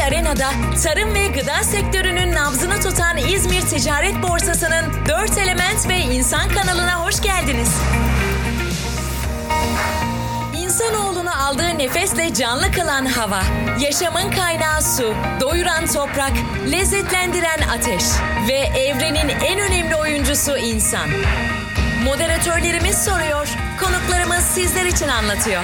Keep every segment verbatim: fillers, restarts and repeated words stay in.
arenada tarım ve gıda sektörünün nabzını tutan İzmir Ticaret Borsası'nın dört element ve insan kanalına hoş geldiniz. İnsanoğlunu aldığı nefesle canlı kılan hava, yaşamın kaynağı su, doyuran toprak, lezzetlendiren ateş ve evrenin en önemli oyuncusu insan. Moderatörlerimiz soruyor, konuklarımız sizler için anlatıyor.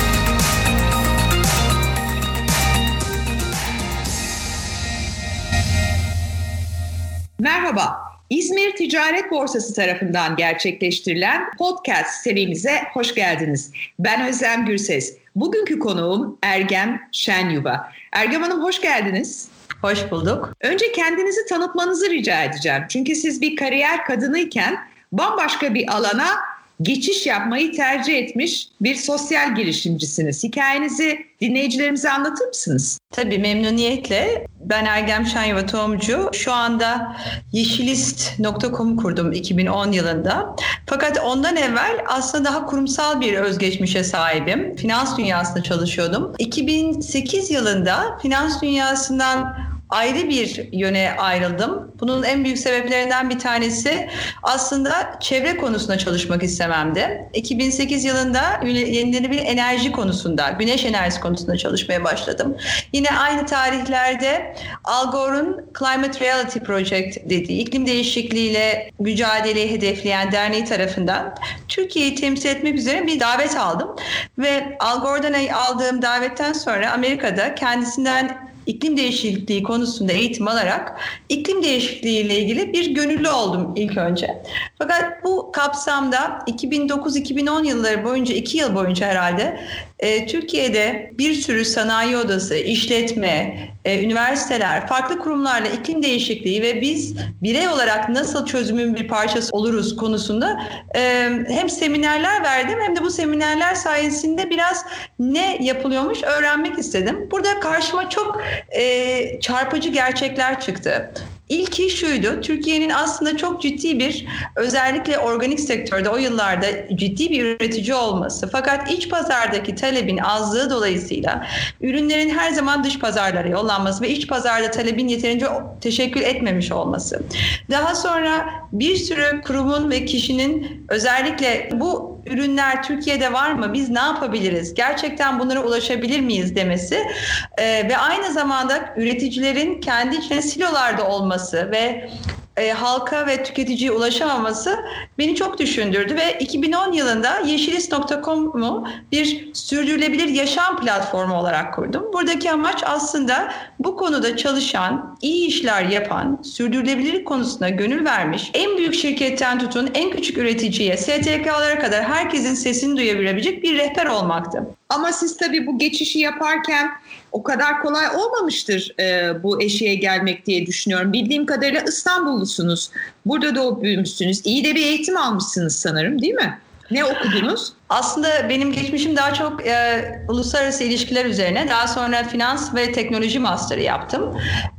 Merhaba, İzmir Ticaret Borsası tarafından gerçekleştirilen podcast serimize hoş geldiniz. Ben Özlem Gürses. Bugünkü konuğum Ergem Şenyuva. Ergem Hanım hoş geldiniz. Hoş bulduk. Önce kendinizi tanıtmanızı rica edeceğim. Çünkü siz bir kariyer kadınıyken bambaşka bir alana geçiş yapmayı tercih etmiş bir sosyal girişimcisiniz. Hikayenizi dinleyicilerimize anlatır mısınız? Tabii memnuniyetle. Ben Ergem Şenyuva tohumcu. Şu anda yeşilist nokta com'u kurdum iki bin on yılında. Fakat ondan evvel aslında daha kurumsal bir özgeçmişe sahibim. Finans dünyasında çalışıyordum. iki bin sekiz yılında finans dünyasından ayrı bir yöne ayrıldım. Bunun en büyük sebeplerinden bir tanesi aslında çevre konusunda çalışmak istememdi. iki bin sekiz yılında yenilenebilir enerji konusunda, güneş enerjisi konusunda çalışmaya başladım. Yine aynı tarihlerde Al Gore'un Climate Reality Project dediği iklim değişikliğiyle mücadeleyi hedefleyen derneği tarafından Türkiye'yi temsil etmek üzere bir davet aldım. Ve Al Gore'dan aldığım davetten sonra Amerika'da kendisinden İklim değişikliği konusunda eğitim alarak iklim değişikliği ile ilgili bir gönüllü oldum ilk önce. Fakat bu kapsamda iki bin dokuz iki bin on yılları boyunca, iki yıl boyunca herhalde e, Türkiye'de bir sürü sanayi odası, işletme, e, üniversiteler, farklı kurumlarla iklim değişikliği ve biz birey olarak nasıl çözümün bir parçası oluruz konusunda e, hem seminerler verdim hem de bu seminerler sayesinde biraz ne yapılıyormuş öğrenmek istedim. Burada karşıma çok e, çarpıcı gerçekler çıktı. İlki şuydu, Türkiye'nin aslında çok ciddi bir, özellikle organik sektörde o yıllarda ciddi bir üretici olması. Fakat iç pazardaki talebin azlığı dolayısıyla ürünlerin her zaman dış pazarlara yollanması ve iç pazarda talebin yeterince teşekkür etmemiş olması. Daha sonra bir sürü kurumun ve kişinin özellikle bu ürünler Türkiye'de var mı? Biz ne yapabiliriz? Gerçekten bunlara ulaşabilir miyiz demesi ee, ve aynı zamanda üreticilerin kendi içine silolarda olması ve e, halka ve tüketiciye ulaşamaması beni çok düşündürdü ve iki bin on yılında yeşilist nokta com'u bir sürdürülebilir yaşam platformu olarak kurdum. Buradaki amaç aslında bu konuda çalışan, iyi işler yapan, sürdürülebilirlik konusunda gönül vermiş, en büyük şirketten tutun en küçük üreticiye, S T K'lara kadar herkesin sesini duyabilecek bir rehber olmaktı. Ama siz tabii bu geçişi yaparken o kadar kolay olmamıştır e, bu eşiğe gelmek diye düşünüyorum. Bildiğim kadarıyla İstanbullusunuz. Burada doğup büyümüşsünüz. İyi de bir eğitim almışsınız sanırım, değil mi? Ne okudunuz? Aslında benim geçmişim daha çok e, uluslararası ilişkiler üzerine. Daha sonra finans ve teknoloji master'ı yaptım.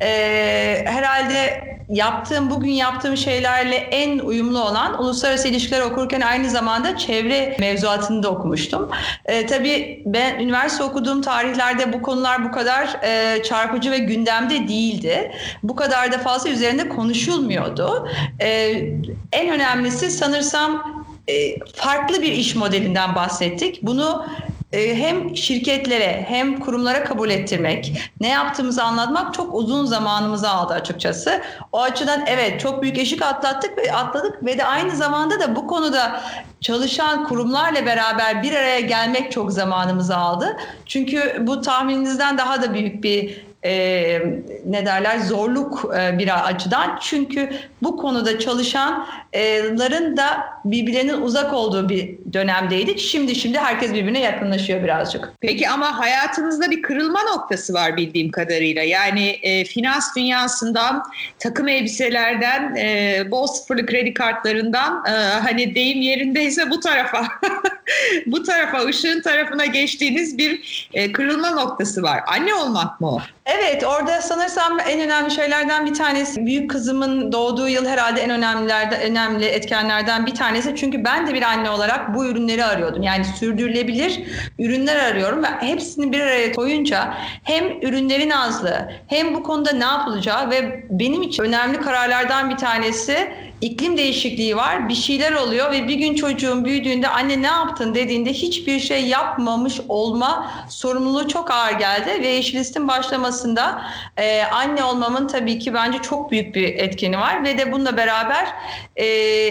E, herhalde yaptığım, bugün yaptığım şeylerle en uyumlu olan uluslararası ilişkiler okurken aynı zamanda çevre mevzuatını da okumuştum. E, tabii ben üniversite okuduğum tarihlerde bu konular bu kadar e, çarpıcı ve gündemde değildi. Bu kadar da fazla üzerinde konuşulmuyordu. E, en önemlisi sanırsam farklı bir iş modelinden bahsettik. Bunu hem şirketlere hem kurumlara kabul ettirmek, ne yaptığımızı anlatmak çok uzun zamanımızı aldı açıkçası. O açıdan evet çok büyük eşik atlattık ve atladık ve de aynı zamanda da bu konuda çalışan kurumlarla beraber bir araya gelmek çok zamanımızı aldı. Çünkü bu tahmininizden daha da büyük bir Ee, ne derler zorluk e, bir açıdan, çünkü bu konuda çalışanların da birbirlerinin uzak olduğu bir dönemdeydik. Şimdi şimdi herkes birbirine yakınlaşıyor birazcık. Peki ama hayatınızda bir kırılma noktası var bildiğim kadarıyla. Yani e, finans dünyasından, takım elbiselerden, e, bol sıfırlı kredi kartlarından, e, hani deyim yerindeyse bu tarafa bu tarafa, ışığın tarafına geçtiğiniz bir e, kırılma noktası var. Anne olmak mı o? Evet, orada sanırsam en önemli şeylerden bir tanesi, büyük kızımın doğduğu yıl herhalde en önemlilerden, önemli etkenlerden bir tanesi. Çünkü ben de bir anne olarak bu ürünleri arıyordum. Yani sürdürülebilir ürünler arıyorum ve hepsini bir araya koyunca hem ürünlerin azlığı hem bu konuda ne yapılacağı ve benim için önemli kararlardan bir tanesi, iklim değişikliği var, bir şeyler oluyor ve bir gün çocuğum büyüdüğünde anne ne yaptın dediğinde hiçbir şey yapmamış olma sorumluluğu çok ağır geldi ve Yeşilist'in başlamasında e, anne olmamın tabii ki bence çok büyük bir etkeni var ve de bununla beraber e,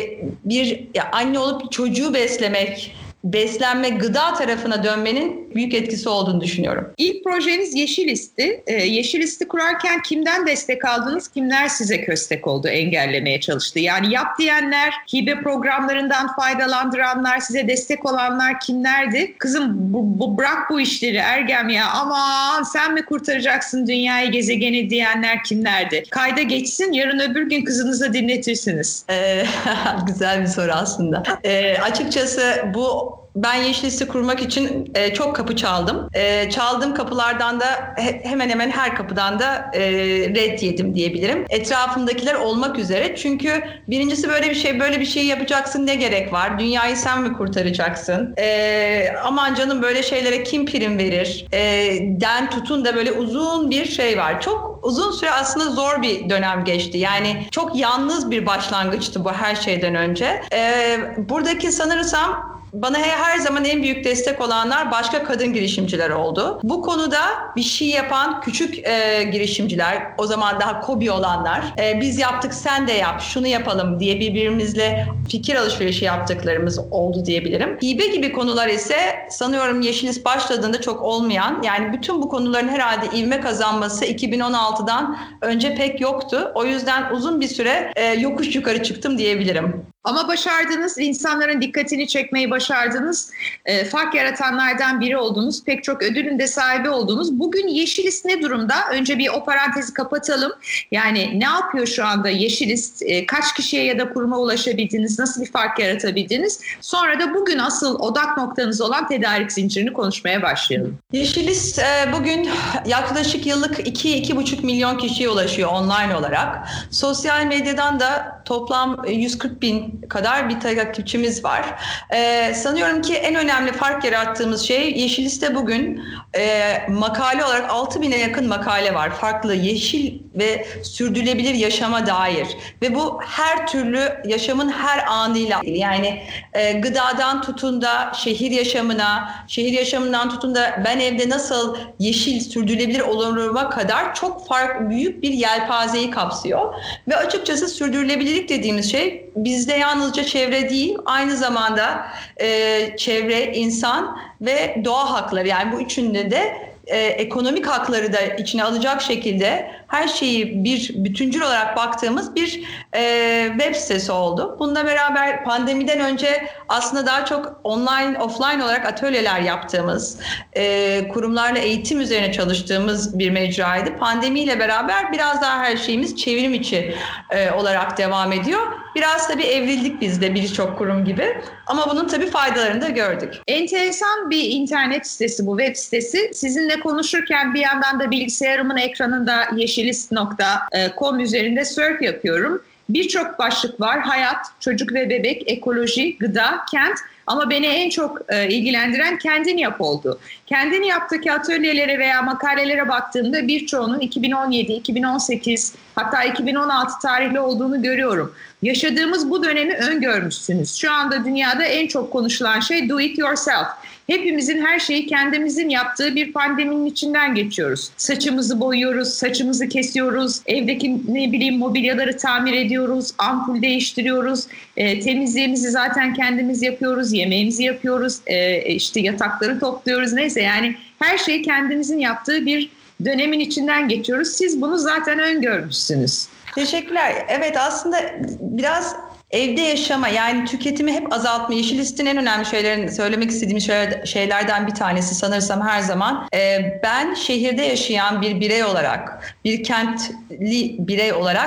bir ya, anne olup çocuğu beslemek, beslenme, gıda tarafına dönmenin büyük etkisi olduğunu düşünüyorum. İlk projeniz Yeşilist'i. Ee, Yeşilist'i kurarken kimden destek aldınız? Kimler size köstek oldu, engellemeye çalıştı? Yani yap diyenler, hibe programlarından faydalandıranlar, size destek olanlar kimlerdi? Kızım bu, bu, bırak bu işleri Ergem ya, aman sen mi kurtaracaksın dünyayı, gezegeni diyenler kimlerdi? Kayda geçsin, yarın öbür gün kızınıza dinletirsiniz. Ee, güzel bir soru aslında. Ee, açıkçası bu ben Yeşilist'i kurmak için e, çok kapı çaldım. E, çaldığım kapılardan da he, hemen hemen her kapıdan da e, red yedim diyebilirim. Etrafımdakiler olmak üzere. Çünkü birincisi böyle bir şey, böyle bir şey yapacaksın, ne gerek var? Dünyayı sen mi kurtaracaksın? E, aman canım böyle şeylere kim prim verir? E, den tutun da böyle uzun bir şey var. Çok uzun süre aslında zor bir dönem geçti. Yani çok yalnız bir başlangıçtı bu her şeyden önce. E, buradaki sanırsam bana her zaman en büyük destek olanlar başka kadın girişimciler oldu. Bu konuda bir şey yapan küçük e, girişimciler, o zaman daha KOBİ olanlar, e, biz yaptık sen de yap, şunu yapalım diye birbirimizle fikir alışverişi yaptıklarımız oldu diyebilirim. Hibe gibi konular ise sanıyorum Yeşilist başladığında çok olmayan, yani bütün bu konuların herhalde ivme kazanması iki bin on altıdan önce pek yoktu. O yüzden uzun bir süre e, yokuş yukarı çıktım diyebilirim. Ama başardınız, insanların dikkatini çekmeyi başardınız, e, fark yaratanlardan biri oldunuz, pek çok ödülün de sahibi oldunuz. Bugün Yeşilist ne durumda? Önce bir o parantezi kapatalım. Yani ne yapıyor şu anda Yeşilist? E, kaç kişiye ya da kuruma ulaşabildiniz? Nasıl bir fark yaratabildiniz? Sonra da bugün asıl odak noktanız olan tedarik zincirini konuşmaya başlayalım. Yeşilist e, bugün yaklaşık yıllık iki iki buçuk milyon kişiye ulaşıyor online olarak. Sosyal medyadan da toplam yüz kırk bin kadar bir takipçimiz var. Ee, sanıyorum ki en önemli fark yarattığımız şey Yeşilist'te bugün e, makale olarak altı bine yakın makale var. Farklı yeşil ve sürdürülebilir yaşama dair ve bu her türlü yaşamın her anıyla ilgili. Yani e, gıdadan tutun da şehir yaşamına, şehir yaşamından tutun da ben evde nasıl yeşil sürdürülebilir oluruma kadar çok farklı büyük bir yelpazeyi kapsıyor. Ve açıkçası sürdürülebilirlik dediğimiz şey bizde yalnızca çevre değil, aynı zamanda e, çevre, insan ve doğa hakları, yani bu üçünde de e, ekonomik hakları da içine alacak şekilde her şeyi bir bütüncül olarak baktığımız bir e, web sitesi oldu. Bununla beraber pandemiden önce aslında daha çok online, offline olarak atölyeler yaptığımız, e, kurumlarla eğitim üzerine çalıştığımız bir mecraydı. Pandemiyle beraber biraz daha her şeyimiz çevrim içi e, olarak devam ediyor. Biraz tabii evrildik biz de birçok kurum gibi ama bunun tabii faydalarını da gördük. Enteresan bir internet sitesi bu, web sitesi. Sizinle konuşurken bir yandan da bilgisayarımın ekranında yeşilist nokta com üzerinde surf yapıyorum. Birçok başlık var. Hayat, çocuk ve bebek, ekoloji, gıda, kent. Ama beni en çok e, ilgilendiren kendin yap oldu. Kendin yaptaki atölyelere veya makalelere baktığımda birçoğunun iki bin on yedi, iki bin on sekiz hatta iki bin on altı tarihli olduğunu görüyorum. Yaşadığımız bu dönemi öngörmüşsünüz. Şu anda dünyada en çok konuşulan şey do it yourself. Hepimizin her şeyi kendimizin yaptığı bir pandeminin içinden geçiyoruz. Saçımızı boyuyoruz, saçımızı kesiyoruz, evdeki ne bileyim mobilyaları tamir ediyoruz, ampul değiştiriyoruz, e, temizliğimizi zaten kendimiz yapıyoruz, yemeğimizi yapıyoruz, e, işte yatakları topluyoruz, neyse yani her şeyi kendimizin yaptığı bir dönemin içinden geçiyoruz. Siz bunu zaten öngörmüşsünüz. Teşekkürler. Evet, aslında biraz evde yaşama, yani tüketimi hep azaltma. Yeşilist'in en önemli şeylerin, söylemek istediğim şeylerden bir tanesi sanırsam her zaman. Ee, ben şehirde yaşayan bir birey olarak, bir kentli birey olarak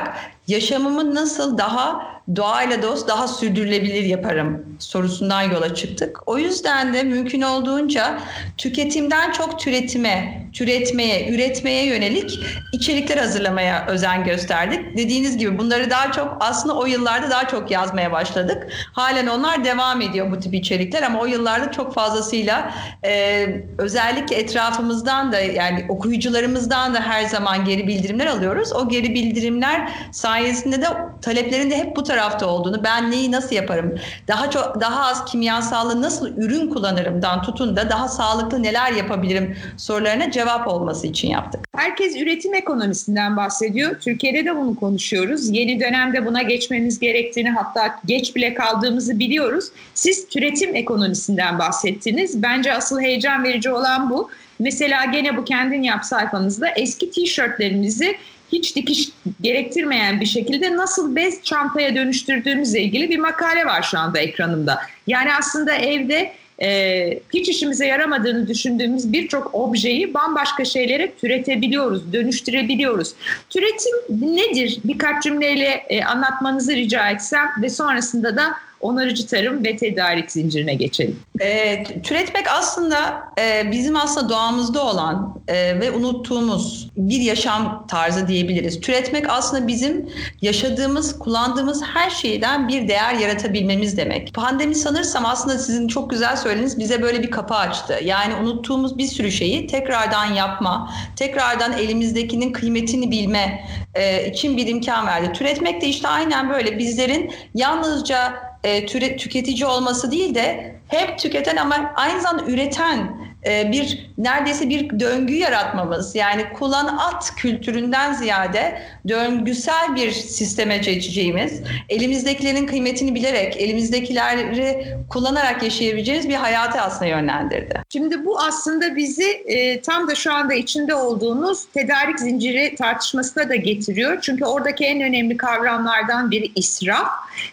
yaşamımı nasıl daha doğayla dost, daha sürdürülebilir yaparım sorusundan yola çıktık. O yüzden de mümkün olduğunca tüketimden çok türetime, türetmeye, üretmeye yönelik içerikler hazırlamaya özen gösterdik. Dediğiniz gibi bunları daha çok aslında o yıllarda daha çok yazmaya başladık. Halen onlar devam ediyor bu tip içerikler ama o yıllarda çok fazlasıyla e, özellikle etrafımızdan da yani okuyucularımızdan da her zaman geri bildirimler alıyoruz. O geri bildirimler sayesinde de taleplerin de hep bu tarafta olduğunu, ben neyi nasıl yaparım, daha çok daha az kimyasallı nasıl ürün kullanırımdan tutun da daha sağlıklı neler yapabilirim sorularına cevap olması için yaptık. Herkes üretim ekonomisinden bahsediyor. Türkiye'de de bunu konuşuyoruz. Yeni dönemde buna geçmemiz gerektiğini, hatta geç bile kaldığımızı biliyoruz. Siz türetim ekonomisinden bahsettiniz. Bence asıl heyecan verici olan bu. Mesela gene bu Kendin Yap sayfanızda eski tişörtlerimizi hiç dikiş gerektirmeyen bir şekilde nasıl bez çantaya dönüştürdüğümüzle ilgili bir makale var şu anda ekranımda. Yani aslında evde e, hiç işimize yaramadığını düşündüğümüz birçok objeyi bambaşka şeylere türetebiliyoruz, dönüştürebiliyoruz. Türetim nedir? Birkaç cümleyle e, anlatmanızı rica etsem ve sonrasında da onarıcı tarım ve tedarik zincirine geçelim. E, türetmek aslında e, bizim aslında doğamızda olan e, ve unuttuğumuz bir yaşam tarzı diyebiliriz. Türetmek aslında bizim yaşadığımız, kullandığımız her şeyden bir değer yaratabilmemiz demek. Pandemi sanırsam aslında sizin çok güzel söylediğiniz bize böyle bir kapı açtı. Yani unuttuğumuz bir sürü şeyi tekrardan yapma, tekrardan elimizdekinin kıymetini bilme e, için bir imkan verdi. Türetmek de işte aynen böyle bizlerin yalnızca E, türe, tüketici olması değil de hep tüketen ama aynı zamanda üreten e, bir neredeyse bir döngü yaratmamız. Yani kullan at kültüründen ziyade döngüsel bir sisteme geçeceğimiz, elimizdekilerin kıymetini bilerek, elimizdekileri kullanarak yaşayabileceğimiz bir hayatı aslında yönlendirdi. Şimdi bu aslında bizi e, tam da şu anda içinde olduğunuz tedarik zinciri tartışmasına da getiriyor. Çünkü oradaki en önemli kavramlardan biri israf.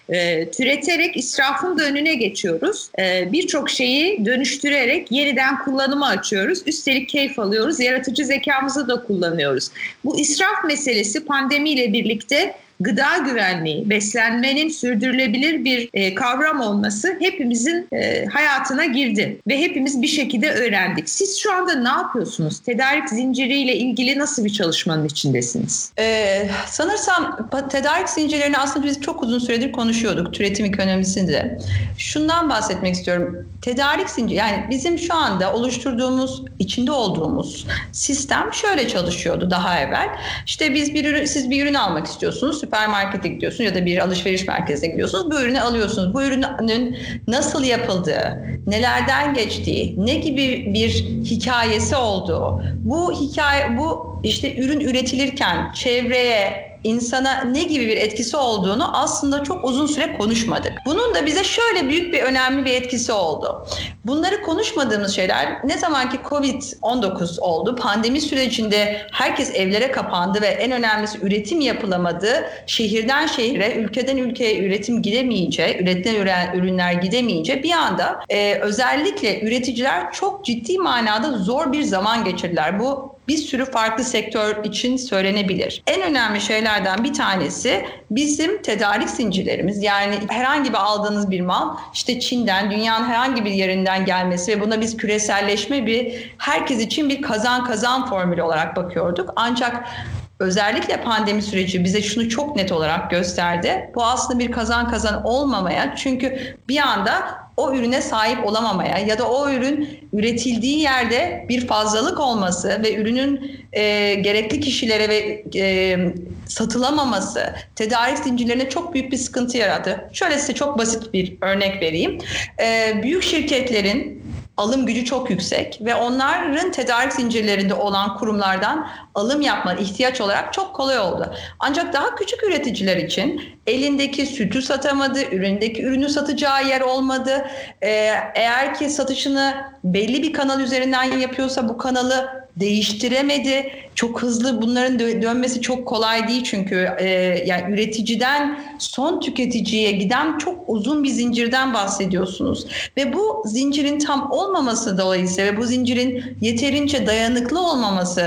E, türeterek israfın da önüne geçiyoruz. E, birçok şeyi dönüştürerek yeniden kullanıma açıyoruz. Üstelik keyif alıyoruz. Yaratıcı zekamızı da kullanıyoruz. Bu israf meselesi pandemiyle birlikte gıda güvenliği, beslenmenin sürdürülebilir bir e, kavram olması hepimizin e, hayatına girdi ve hepimiz bir şekilde öğrendik. Siz şu anda ne yapıyorsunuz? Tedarik zinciriyle ilgili nasıl bir çalışmanın içindesiniz? Ee, sanırsam tedarik zincirlerini aslında biz çok uzun süredir konuşuyorduk türetim ekonomisinde. Şundan bahsetmek istiyorum. Tedarik zinciri, yani bizim şu anda oluşturduğumuz, içinde olduğumuz sistem şöyle çalışıyordu daha evvel. İşte biz bir ürün, siz bir ürün almak istiyorsunuz. Süpermarkete gidiyorsunuz ya da bir alışveriş merkezine gidiyorsunuz. Bu ürünü alıyorsunuz. Bu ürünün nasıl yapıldığı, nelerden geçtiği, ne gibi bir hikayesi olduğu, bu hikaye, bu işte ürün üretilirken çevreye, insana ne gibi bir etkisi olduğunu aslında çok uzun süre konuşmadık. Bunun da bize şöyle büyük bir önemli bir etkisi oldu. Bunları konuşmadığımız şeyler ne zamanki kovid on dokuz oldu, pandemi sürecinde herkes evlere kapandı ve en önemlisi üretim yapılamadı. Şehirden şehire, ülkeden ülkeye üretim gidemeyince, üretilen ürünler gidemeyince bir anda e, özellikle üreticiler çok ciddi manada zor bir zaman geçirdiler. Bu bir sürü farklı sektör için söylenebilir. En önemli şeylerden bir tanesi bizim tedarik zincirlerimiz. Yani herhangi bir aldığınız bir mal işte Çin'den, dünyanın herhangi bir yerinden gelmesi ve buna biz küreselleşme bir herkes için bir kazan kazan formülü olarak bakıyorduk. Ancak özellikle pandemi süreci bize şunu çok net olarak gösterdi. Bu aslında bir kazan kazan olmamaya, çünkü bir anda o ürüne sahip olamamaya ya da o ürün üretildiği yerde bir fazlalık olması ve ürünün e, gerekli kişilere ve e, satılamaması tedarik zincirlerine çok büyük bir sıkıntı yarattı. Şöyle size çok basit bir örnek vereyim. E, büyük şirketlerin alım gücü çok yüksek ve onların tedarik zincirlerinde olan kurumlardan alım yapma ihtiyaç olarak çok kolay oldu. Ancak daha küçük üreticiler için elindeki sütü satamadı, üründeki ürünü satacağı yer olmadı. Ee, eğer ki satışını belli bir kanal üzerinden yapıyorsa bu kanalı değiştiremedi. Çok hızlı bunların dönmesi çok kolay değil çünkü e, yani üreticiden son tüketiciye giden çok uzun bir zincirden bahsediyorsunuz. Ve bu zincirin tam olmaması dolayısıyla ve bu zincirin yeterince dayanıklı olmaması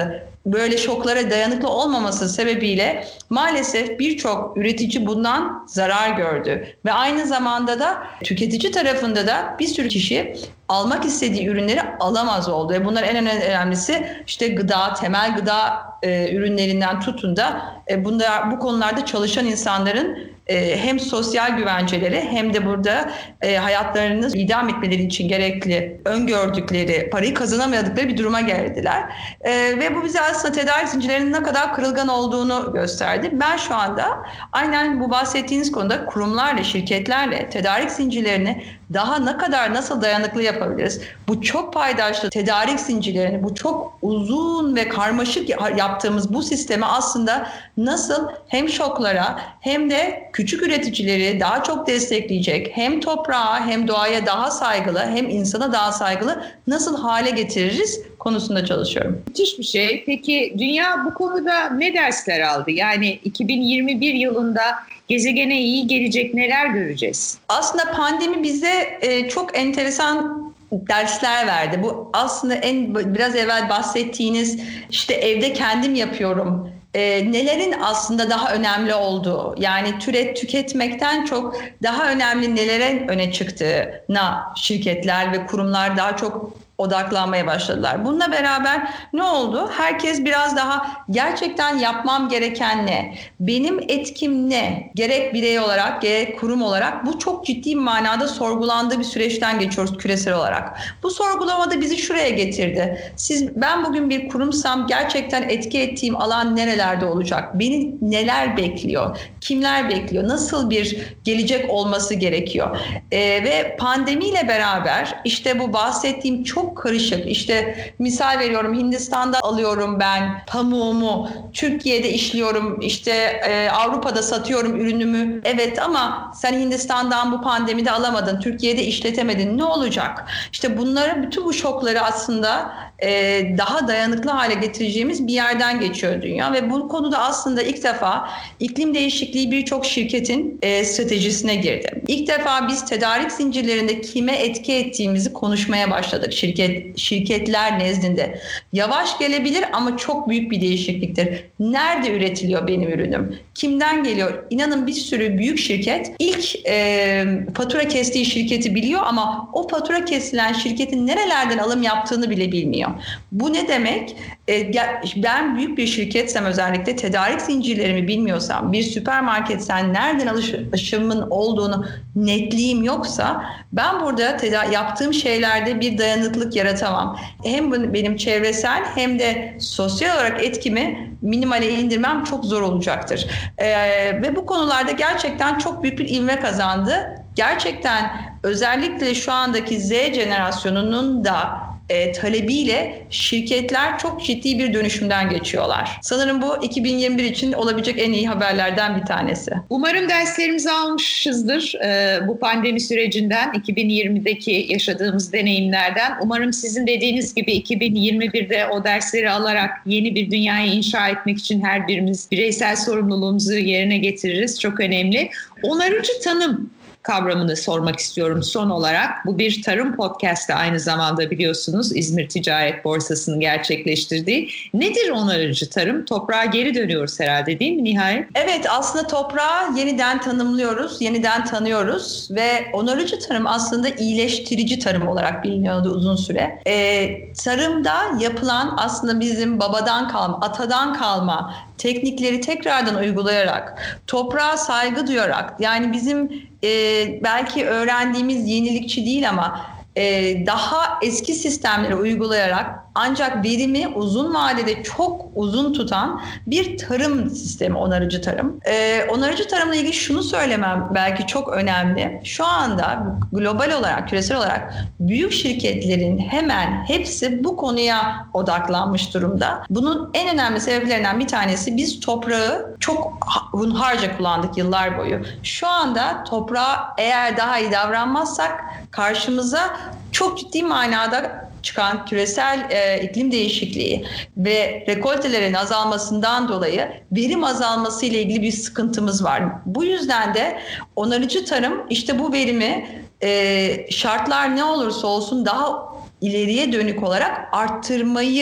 böyle şoklara dayanıklı olmaması sebebiyle maalesef birçok üretici bundan zarar gördü. Ve aynı zamanda da tüketici tarafında da bir sürü kişi almak istediği ürünleri alamaz oldu. Ve bunlar en önemlisi işte gıda, temel gıda e, ürünlerinden tutun da e, bunlar, bu konularda çalışan insanların e, hem sosyal güvenceleri hem de burada e, hayatlarını idam etmeleri için gerekli öngördükleri, parayı kazanamadıkları bir duruma geldiler. E, ve bu bize aslında tedarik zincirlerinin ne kadar kırılgan olduğunu gösterdi. Ben şu anda aynen bu bahsettiğiniz konuda kurumlarla, şirketlerle tedarik zincirlerini daha ne kadar nasıl dayanıklı yapabiliriz? Bu çok paydaşlı tedarik zincirlerini, bu çok uzun ve karmaşık yaptığımız bu sistemi aslında nasıl hem şoklara hem de küçük üreticileri daha çok destekleyecek, hem toprağa hem doğaya daha saygılı hem insana daha saygılı nasıl hale getiririz konusunda çalışıyorum. Müthiş bir şey. Peki dünya bu konuda ne dersler aldı? Yani iki bin yirmi bir yılında gezegene iyi gelecek neler göreceğiz? Aslında pandemi bize e, çok enteresan dersler verdi. Bu aslında en biraz evvel bahsettiğiniz işte evde kendim yapıyorum. E, nelerin aslında daha önemli olduğu, yani türet tüketmekten çok daha önemli nelerin öne çıktığına şirketler ve kurumlar daha çok odaklanmaya başladılar. Bununla beraber ne oldu? Herkes biraz daha gerçekten yapmam gereken ne? Benim etkim ne? Gerek birey olarak gerek kurum olarak bu çok ciddi manada sorgulandığı bir süreçten geçiyoruz küresel olarak. Bu sorgulamada bizi şuraya getirdi. Siz, ben bugün bir kurumsam gerçekten etki ettiğim alan nerelerde olacak? Beni neler bekliyor? Kimler bekliyor? Nasıl bir gelecek olması gerekiyor? Ee, ve pandemiyle beraber işte bu bahsettiğim çok karışık. İşte misal veriyorum, Hindistan'da alıyorum ben pamuğumu, Türkiye'de işliyorum, işte e, Avrupa'da satıyorum ürünümü. Evet ama sen Hindistan'dan bu pandemide alamadın, Türkiye'de işletemedin. Ne olacak? İşte bunları, bütün bu şokları aslında e, daha dayanıklı hale getireceğimiz bir yerden geçiyor dünya ve bu konuda aslında ilk defa iklim değişikliği birçok şirketin e, stratejisine girdi. İlk defa biz tedarik zincirlerinde kime etki ettiğimizi konuşmaya başladık şirket şirketler nezdinde. Yavaş gelebilir ama çok büyük bir değişikliktir. Nerede üretiliyor benim ürünüm? Kimden geliyor? İnanın bir sürü büyük şirket ilk e, fatura kestiği şirketi biliyor ama o fatura kesilen şirketin nerelerden alım yaptığını bile bilmiyor. Bu ne demek? E, ben büyük bir şirketsem, özellikle tedarik zincirlerimi bilmiyorsam, bir süpermarketsen nereden alışımın olduğunu netliğim yoksa ben burada teda- yaptığım şeylerde bir dayanıklılık yaratamam. Hem benim çevresel hem de sosyal olarak etkimi minimale indirmem çok zor olacaktır. Ee, ve bu konularda gerçekten çok büyük bir ivme kazandı. Gerçekten özellikle şu andaki Z jenerasyonunun da E, talebiyle şirketler çok ciddi bir dönüşümden geçiyorlar. Sanırım bu iki bin yirmi bir için olabilecek en iyi haberlerden bir tanesi. Umarım derslerimizi almışızdır e, bu pandemi sürecinden, iki bin yirmideki yaşadığımız deneyimlerden. Umarım sizin dediğiniz gibi iki bin yirmi birde o dersleri alarak yeni bir dünyayı inşa etmek için her birimiz bireysel sorumluluğumuzu yerine getiririz. Çok önemli. Onarıcı tanım kavramını sormak istiyorum son olarak. Bu bir tarım podcast'ı aynı zamanda, biliyorsunuz, İzmir Ticaret Borsası'nın gerçekleştirdiği. Nedir onarıcı tarım? Toprağa geri dönüyoruz herhalde, değil mi Nihal? Evet, aslında toprağı yeniden tanımlıyoruz, yeniden tanıyoruz ve onarıcı tarım aslında iyileştirici tarım olarak biliniyordu uzun süre. Ee, tarımda yapılan aslında bizim babadan kalma, atadan kalma teknikleri tekrardan uygulayarak, toprağa saygı duyarak, yani bizim e, belki öğrendiğimiz yenilikçi değil ama e, daha eski sistemleri uygulayarak ancak verimi uzun vadede çok uzun tutan bir tarım sistemi, onarıcı tarım. Ee, onarıcı tarımla ilgili şunu söylemem belki çok önemli. Şu anda global olarak, küresel olarak büyük şirketlerin hemen hepsi bu konuya odaklanmış durumda. Bunun en önemli sebeplerinden bir tanesi, biz toprağı çok hunharca kullandık yıllar boyu. Şu anda toprağa eğer daha iyi davranmazsak karşımıza çok ciddi manada çıkan küresel e, iklim değişikliği ve rekoltelerin azalmasından dolayı verim azalması ile ilgili bir sıkıntımız var. Bu yüzden de onarıcı tarım işte bu verimi e, şartlar ne olursa olsun daha ileriye dönük olarak arttırmayı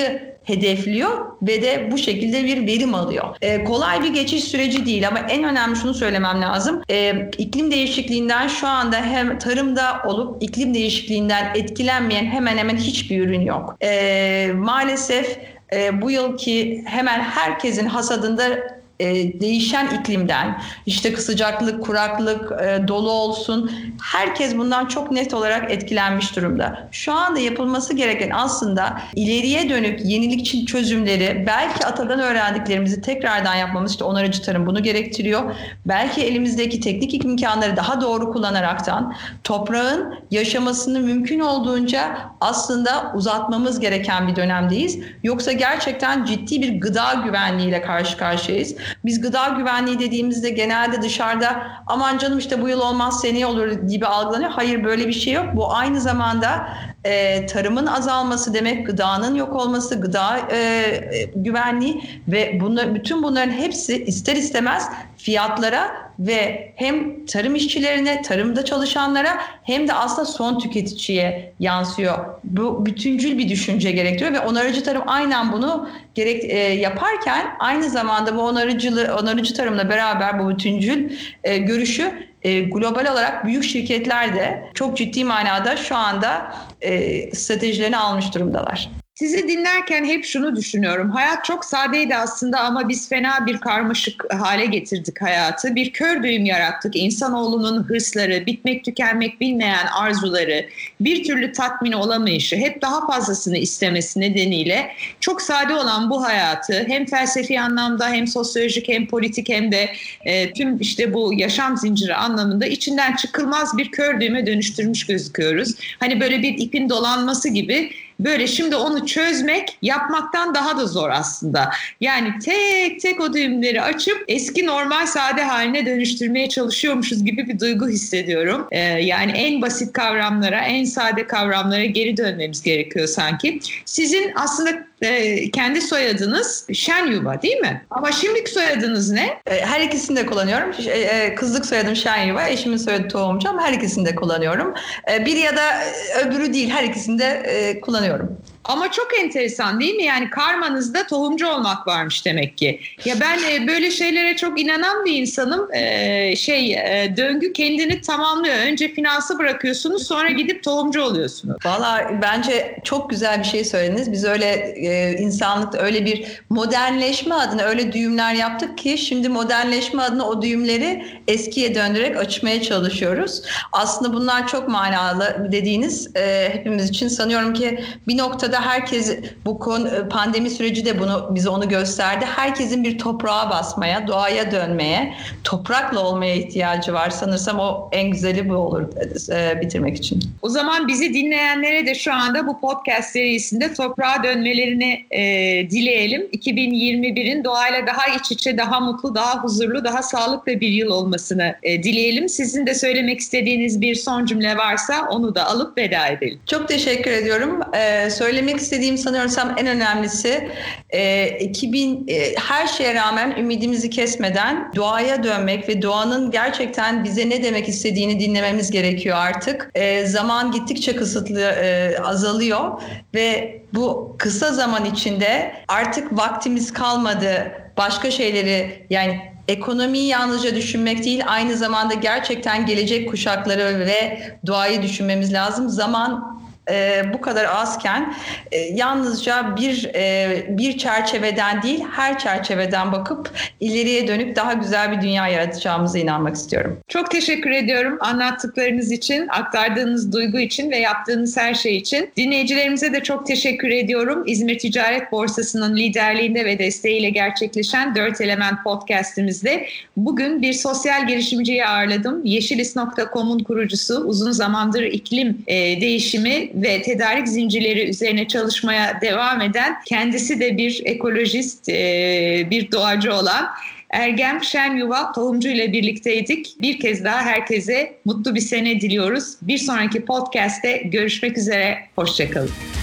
hedefliyor ve de bu şekilde bir verim alıyor. E, kolay bir geçiş süreci değil ama en önemli şunu söylemem lazım. E, iklim değişikliğinden şu anda hem tarımda olup iklim değişikliğinden etkilenmeyen hemen hemen hiçbir ürün yok. E, maalesef e, bu yılki hemen herkesin hasadında E, değişen iklimden, işte sıcaklık, kuraklık, e, dolu olsun, herkes bundan çok net olarak etkilenmiş durumda. Şu anda yapılması gereken aslında ileriye dönük yenilikçi çözümleri, belki atadan öğrendiklerimizi tekrardan yapmamız, işte onarıcı tarım bunu gerektiriyor. Belki elimizdeki teknik imkanları daha doğru kullanaraktan toprağın yaşamasını mümkün olduğunca aslında uzatmamız gereken bir dönemdeyiz. Yoksa gerçekten ciddi bir gıda güvenliğiyle karşı karşıyayız. Biz gıda güvenliği dediğimizde genelde dışarıda aman canım işte bu yıl olmaz seneye olur gibi algılanıyor. Hayır, böyle bir şey yok. Bu aynı zamanda e, tarımın azalması demek, gıdanın yok olması, gıda e, güvenliği ve bunlar, bütün bunların hepsi ister istemez fiyatlara ve hem tarım işçilerine, tarımda çalışanlara hem de aslında son tüketiciye yansıyor. Bu bütüncül bir düşünce gerektiriyor ve onarıcı tarım aynen bunu gerek e, yaparken aynı zamanda bu onarıcı onarıcı tarımla beraber bu bütüncül e, görüşü e, global olarak büyük şirketler de çok ciddi manada şu anda e, stratejilerini almış durumdalar. Sizi dinlerken hep şunu düşünüyorum. Hayat çok sadeydi aslında ama biz fena bir karmaşık hale getirdik hayatı. Bir kör düğüm yarattık. İnsanoğlunun hırsları, bitmek tükenmek bilmeyen arzuları, bir türlü tatmin olamayışı, hep daha fazlasını istemesi nedeniyle çok sade olan bu hayatı hem felsefi anlamda hem sosyolojik hem politik hem de e, tüm işte bu yaşam zinciri anlamında içinden çıkılmaz bir kör düğüme dönüştürmüş gözüküyoruz. Hani böyle bir ipin dolanması gibi. Böyle şimdi onu çözmek yapmaktan daha da zor aslında. Yani tek tek o düğümleri açıp eski normal sade haline dönüştürmeye çalışıyormuşuz gibi bir duygu hissediyorum. Ee, yani en basit kavramlara, en sade kavramlara geri dönmemiz gerekiyor sanki. Sizin aslında e, kendi soyadınız Şenyuva değil mi? Ama şimdiki soyadınız ne? Her ikisini de kullanıyorum. Kızlık soyadım Şenyuva, eşimin soyadı Tohumcu ama her ikisini de kullanıyorum. Bir ya da öbürü değil, her ikisini de kullanıyorum. Ama çok enteresan değil mi? Yani karmanızda tohumcu olmak varmış demek ki. Ya ben e, böyle şeylere çok inanan bir insanım. E, şey e, döngü kendini tamamlıyor. Önce finansı bırakıyorsunuz, sonra gidip tohumcu oluyorsunuz. Vallahi bence çok güzel bir şey söylediniz. Biz öyle e, insanlıkta öyle bir modernleşme adına öyle düğümler yaptık ki şimdi modernleşme adına o düğümleri eskiye döndürerek açmaya çalışıyoruz. Aslında bunlar çok manalı dediğiniz e, hepimiz için sanıyorum ki bir noktada herkes bu konu, pandemi süreci de bunu bize onu gösterdi. Herkesin bir toprağa basmaya, doğaya dönmeye, toprakla olmaya ihtiyacı var. Sanırsam o en güzeli bu olur e, bitirmek için. O zaman bizi dinleyenlere de şu anda bu podcast serisinde toprağa dönmelerini e, dileyelim. iki bin yirmi birin doğayla daha iç içe, daha mutlu, daha huzurlu, daha sağlıklı bir yıl olmasını e, dileyelim. Sizin de söylemek istediğiniz bir son cümle varsa onu da alıp veda edelim. Çok teşekkür ediyorum. Ee, söylemek istediğim sanıyorsam en önemlisi e, iki bin e, her şeye rağmen ümidimizi kesmeden doğaya dönmek ve doğanın gerçekten bize ne demek istediğini dinlememiz gerekiyor artık. E, zaman gittikçe kısıtlı e, azalıyor ve bu kısa zaman içinde artık vaktimiz kalmadı. Başka şeyleri, yani ekonomiyi yalnızca düşünmek değil, aynı zamanda gerçekten gelecek kuşakları ve doğayı düşünmemiz lazım. Zaman e, bu kadar azken e, yalnızca bir e, bir çerçeveden değil, her çerçeveden bakıp ileriye dönük daha güzel bir dünya yaratacağımıza inanmak istiyorum. Çok teşekkür ediyorum anlattıklarınız için, aktardığınız duygu için ve yaptığınız her şey için. Dinleyicilerimize de çok teşekkür ediyorum. İzmir Ticaret Borsası'nın liderliğinde ve desteğiyle gerçekleşen Dört Element podcastimizde bugün bir sosyal girişimciyi ağırladım. Yeşilis nokta com'un kurucusu, uzun zamandır iklim e, değişimi ve tedarik zincirleri üzerine çalışmaya devam eden, kendisi de bir ekolojist, e, bir doğacı olan Ergem Şenyuva Tohumcu ile birlikteydik. Bir kez daha herkese mutlu bir sene diliyoruz. Bir sonraki podcast'te görüşmek üzere. Hoşça kalın.